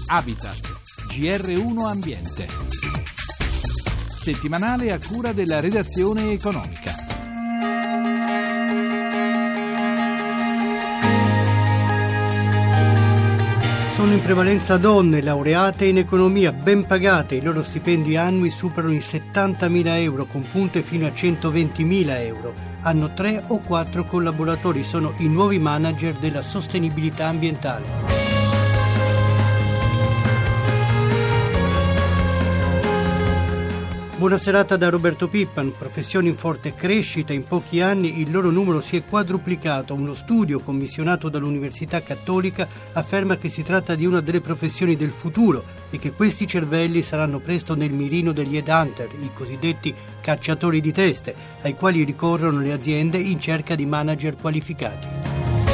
Habitat, GR1 Ambiente. Settimanale a cura della redazione economica. Sono in prevalenza donne laureate in economia, ben pagate. I loro stipendi annui superano i 70.000 euro, con punte fino a 120.000 euro. Hanno 3 o 4 collaboratori, sono i nuovi manager della sostenibilità ambientale. Buona serata da Roberto Pippan. Professioni in forte crescita, in pochi anni il loro numero si è quadruplicato. Uno studio commissionato dall'Università Cattolica afferma che si tratta di una delle professioni del futuro e che questi cervelli saranno presto nel mirino degli headhunter, i cosiddetti cacciatori di teste, ai quali ricorrono le aziende in cerca di manager qualificati.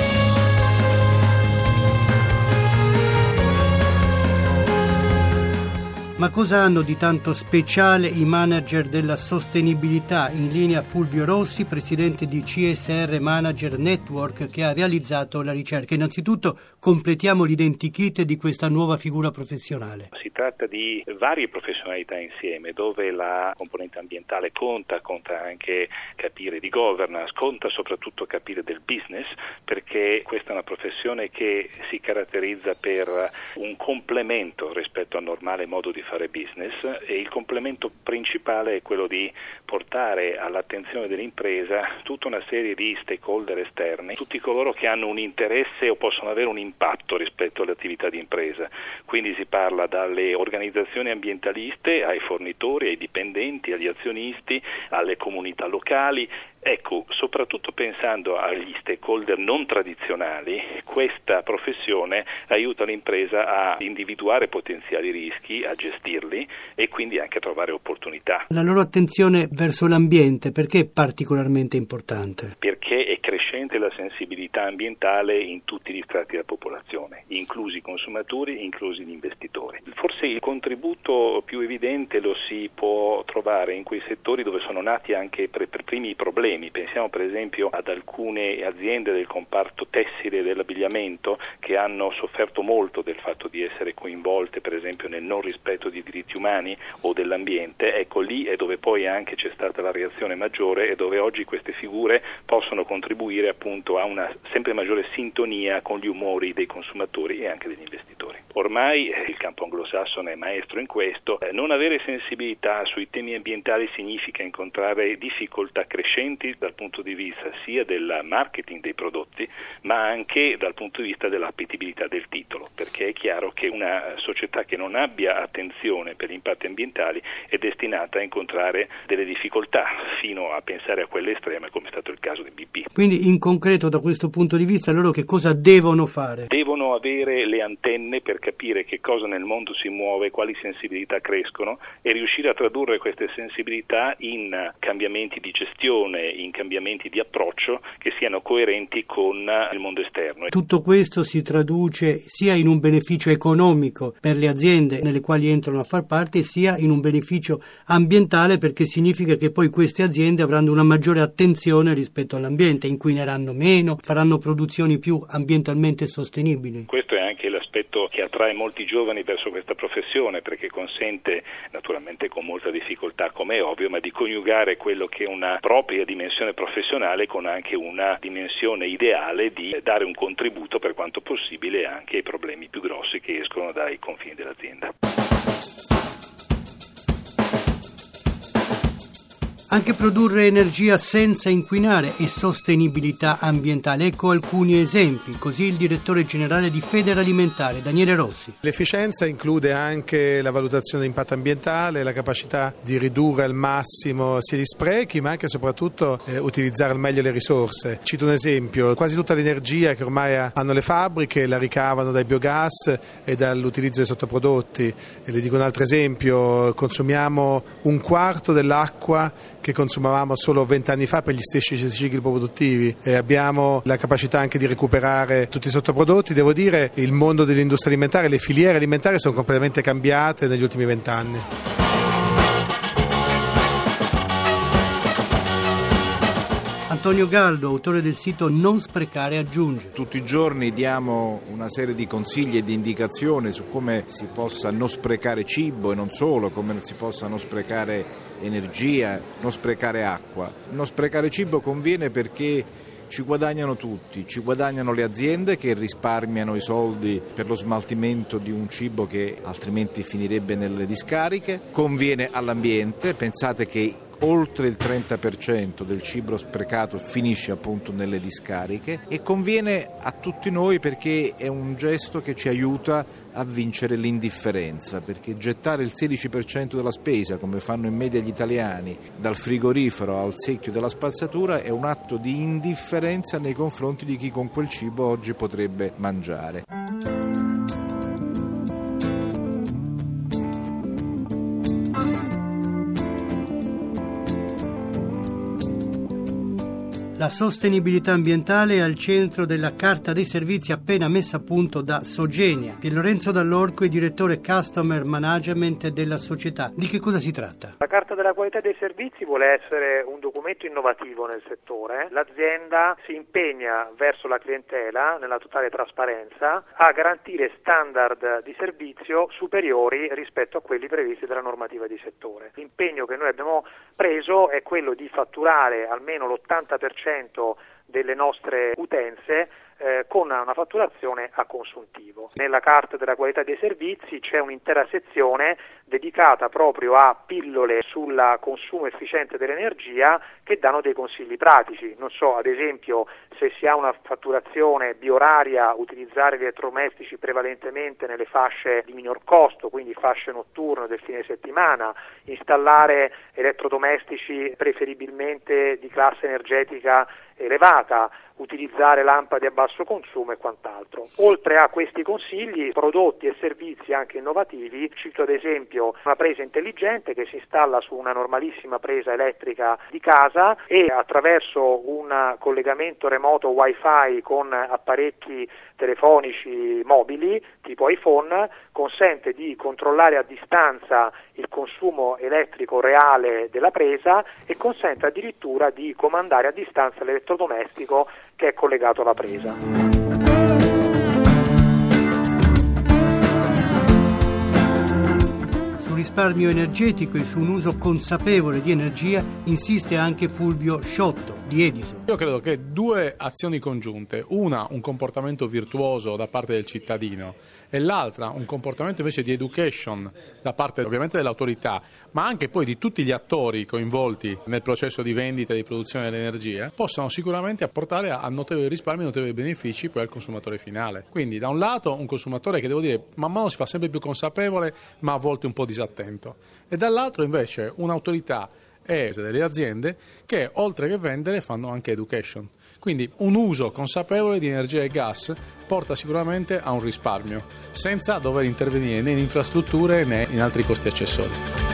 Ma cosa hanno di tanto speciale i manager della sostenibilità? In linea Fulvio Rossi, presidente di CSR Manager Network, che ha realizzato la ricerca. Innanzitutto completiamo l'identikit di questa nuova figura professionale. Si tratta di varie professionalità insieme, dove la componente ambientale conta anche capire di governance, conta soprattutto capire del business, perché questa è una professione che si caratterizza per un complemento rispetto al normale modo di fare business, e il complemento principale è quello di portare all'attenzione dell'impresa tutta una serie di stakeholder esterni, tutti coloro che hanno un interesse o possono avere un impatto rispetto alle attività di impresa. Quindi si parla dalle organizzazioni ambientaliste ai fornitori, ai dipendenti, agli azionisti, alle comunità locali. Ecco, soprattutto pensando agli stakeholder non tradizionali, questa professione aiuta l'impresa a individuare potenziali rischi, a gestirli e quindi anche a trovare opportunità. La loro attenzione verso l'ambiente, perché è particolarmente importante? Perché è crescente la sensibilità ambientale in tutti gli strati della popolazione, inclusi i consumatori, inclusi gli investitori. Forse il contributo più evidente lo si può trovare in quei settori dove sono nati anche per primi i problemi. Pensiamo per esempio ad alcune aziende del comparto tessile e dell'abbigliamento che hanno sofferto molto del fatto di essere coinvolte per esempio nel non rispetto dei diritti umani o dell'ambiente. Ecco, lì è dove poi anche c'è stata la reazione maggiore e dove oggi queste figure possono contribuire appunto a una sempre maggiore sintonia con gli umori dei consumatori e anche degli investitori. Ormai il campo anglosassone è maestro in questo. Non avere sensibilità sui temi ambientali significa incontrare difficoltà crescenti dal punto di vista sia del marketing dei prodotti, ma anche dal punto di vista dell'appetibilità del titolo, perché è chiaro che una società che non abbia attenzione per gli impatti ambientali è destinata a incontrare delle difficoltà, fino a pensare a quelle estreme come è stato il caso di BP. Quindi in concreto da questo punto di vista loro che cosa devono fare? Devono avere le antenne per capire che cosa nel mondo si muove, quali sensibilità crescono e riuscire a tradurre queste sensibilità in cambiamenti di gestione, in cambiamenti di approccio che siano coerenti con il mondo esterno. Tutto questo si traduce sia in un beneficio economico per le aziende nelle quali entrano a far parte, sia in un beneficio ambientale, perché significa che poi queste aziende avranno una maggiore attenzione rispetto all'ambiente, inquineranno meno, faranno produzioni più ambientalmente sostenibili. Questo è anche l'aspetto che attrae molti giovani verso questa professione, perché consente, naturalmente con molta difficoltà come è ovvio, ma di coniugare quello che è una propria dimensione professionale con anche una dimensione ideale di dare un contributo per quanto possibile anche ai problemi più grossi che escono dai confini dell'azienda. Anche produrre energia senza inquinare e sostenibilità ambientale. Ecco alcuni esempi, così il direttore generale di Federalimentare, Daniele Rossi. L'efficienza include anche la valutazione di impatto ambientale, la capacità di ridurre al massimo sia gli sprechi, ma anche e soprattutto utilizzare al meglio le risorse. Cito un esempio: quasi tutta l'energia che ormai hanno le fabbriche la ricavano dai biogas e dall'utilizzo dei sottoprodotti. E le dico un altro esempio: consumiamo un quarto dell'acqua che consumavamo solo 20 anni fa per gli stessi cicli produttivi, e abbiamo la capacità anche di recuperare tutti i sottoprodotti. Devo dire, il mondo dell'industria alimentare, le filiere alimentari sono completamente cambiate negli ultimi 20 anni. Antonio Gallo, autore del sito Non Sprecare, aggiunge: tutti i giorni diamo una serie di consigli e di indicazioni su come si possa non sprecare cibo e non solo, come si possa non sprecare energia, non sprecare acqua. Non sprecare cibo conviene perché ci guadagnano tutti, ci guadagnano le aziende che risparmiano i soldi per lo smaltimento di un cibo che altrimenti finirebbe nelle discariche, conviene all'ambiente, pensate che oltre il 30% del cibo sprecato finisce appunto nelle discariche, e conviene a tutti noi perché è un gesto che ci aiuta a vincere l'indifferenza, perché gettare il 16% della spesa, come fanno in media gli italiani, dal frigorifero al secchio della spazzatura, è un atto di indifferenza nei confronti di chi con quel cibo oggi potrebbe mangiare. La sostenibilità ambientale è al centro della Carta dei Servizi appena messa a punto da Sogenia. Pierlorenzo Dall'Orco è direttore Customer Management della società. Di che cosa si tratta? La Carta della Qualità dei Servizi vuole essere un documento innovativo nel settore. L'azienda si impegna verso la clientela, nella totale trasparenza, a garantire standard di servizio superiori rispetto a quelli previsti dalla normativa di settore. L'impegno che noi abbiamo preso è quello di fatturare almeno l'80% delle nostre utenze con una fatturazione a consuntivo. Nella Carta della Qualità dei Servizi c'è un'intera sezione dedicata proprio a pillole sul consumo efficiente dell'energia che danno dei consigli pratici. Non so, ad esempio, se si ha una fatturazione bioraria, utilizzare gli elettrodomestici prevalentemente nelle fasce di minor costo, quindi fasce notturne del fine settimana, installare elettrodomestici preferibilmente di classe energetica elevata, utilizzare lampade a basso consumo e quant'altro. Oltre a questi consigli, prodotti e servizi anche innovativi, cito ad esempio una presa intelligente che si installa su una normalissima presa elettrica di casa e attraverso un collegamento remoto Wi-Fi con apparecchi telefonici mobili tipo iPhone consente di controllare a distanza il consumo elettrico reale della presa e consente addirittura di comandare a distanza l'elettrodomestico che è collegato alla presa. Risparmio energetico e su un uso consapevole di energia insiste anche Fulvio Sciotto di Edison. Io credo che due azioni congiunte, una un comportamento virtuoso da parte del cittadino e l'altra un comportamento invece di education da parte ovviamente dell'autorità, ma anche poi di tutti gli attori coinvolti nel processo di vendita e di produzione dell'energia, possano sicuramente apportare a notevoli risparmi e notevoli benefici poi al consumatore finale. Quindi da un lato un consumatore che, devo dire, man mano si fa sempre più consapevole ma a volte un po' disattento, e dall'altro invece un'autorità e delle aziende che oltre che vendere fanno anche education. Quindi un uso consapevole di energia e gas porta sicuramente a un risparmio senza dover intervenire né in infrastrutture né in altri costi accessori.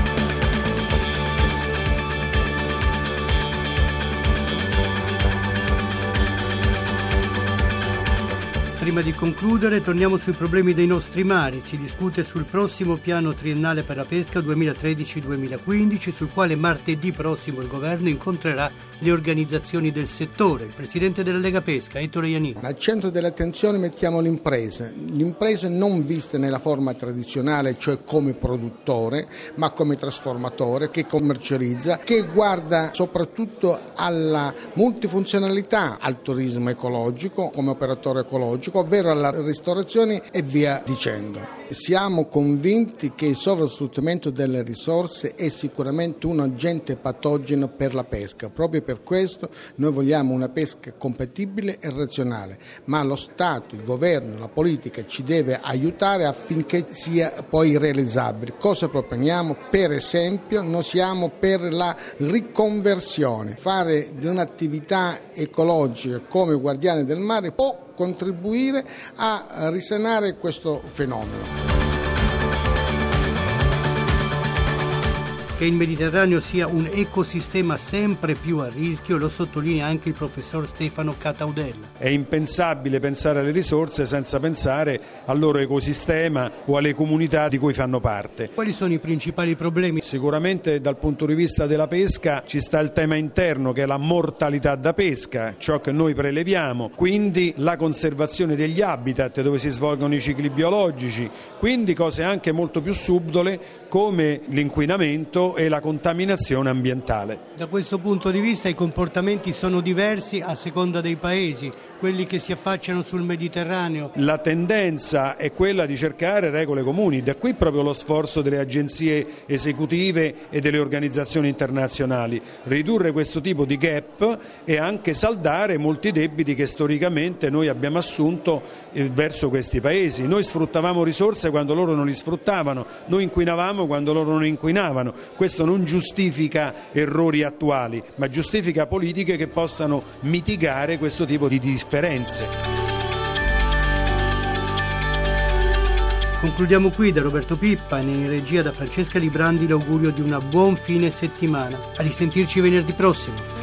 Prima di concludere, torniamo sui problemi dei nostri mari. Si discute sul prossimo piano triennale per la pesca 2013-2015, sul quale martedì prossimo il governo incontrerà le organizzazioni del settore. Il presidente della Lega Pesca, Ettore Iannini. Al centro dell'attenzione mettiamo l'impresa non viste nella forma tradizionale, cioè come produttore, ma come trasformatore che commercializza, che guarda soprattutto alla multifunzionalità, al turismo ecologico come operatore ecologico, ovvero alla ristorazione e via dicendo. Siamo convinti che il sovrasfruttamento delle risorse è sicuramente un agente patogeno per la pesca. Proprio per questo noi vogliamo una pesca compatibile e razionale, ma lo Stato, il governo, la politica ci deve aiutare affinché sia poi realizzabile. Cosa proponiamo? Per esempio, noi siamo per la riconversione. Fare di un'attività ecologica come guardiani del mare può contribuire a risanare questo fenomeno. Che il Mediterraneo sia un ecosistema sempre più a rischio lo sottolinea anche il professor Stefano Cataudella. È impensabile pensare alle risorse senza pensare al loro ecosistema o alle comunità di cui fanno parte. Quali sono i principali problemi? Sicuramente dal punto di vista della pesca ci sta il tema interno, che è la mortalità da pesca, ciò che noi preleviamo, quindi la conservazione degli habitat dove si svolgono i cicli biologici, quindi cose anche molto più subdole come l'inquinamento e la contaminazione ambientale. Da questo punto di vista i comportamenti sono diversi a seconda dei paesi, quelli che si affacciano sul Mediterraneo. La tendenza è quella di cercare regole comuni, da qui proprio lo sforzo delle agenzie esecutive e delle organizzazioni internazionali, ridurre questo tipo di gap e anche saldare molti debiti che storicamente noi abbiamo assunto verso questi paesi. Noi sfruttavamo risorse quando loro non li sfruttavano, noi inquinavamo quando loro non inquinavano. Questo non giustifica errori attuali, ma giustifica politiche che possano mitigare questo tipo di differenze. Concludiamo qui. Da Roberto Pippan e in regia da Francesca Librandi l'augurio di una buon fine settimana. A risentirci venerdì prossimo.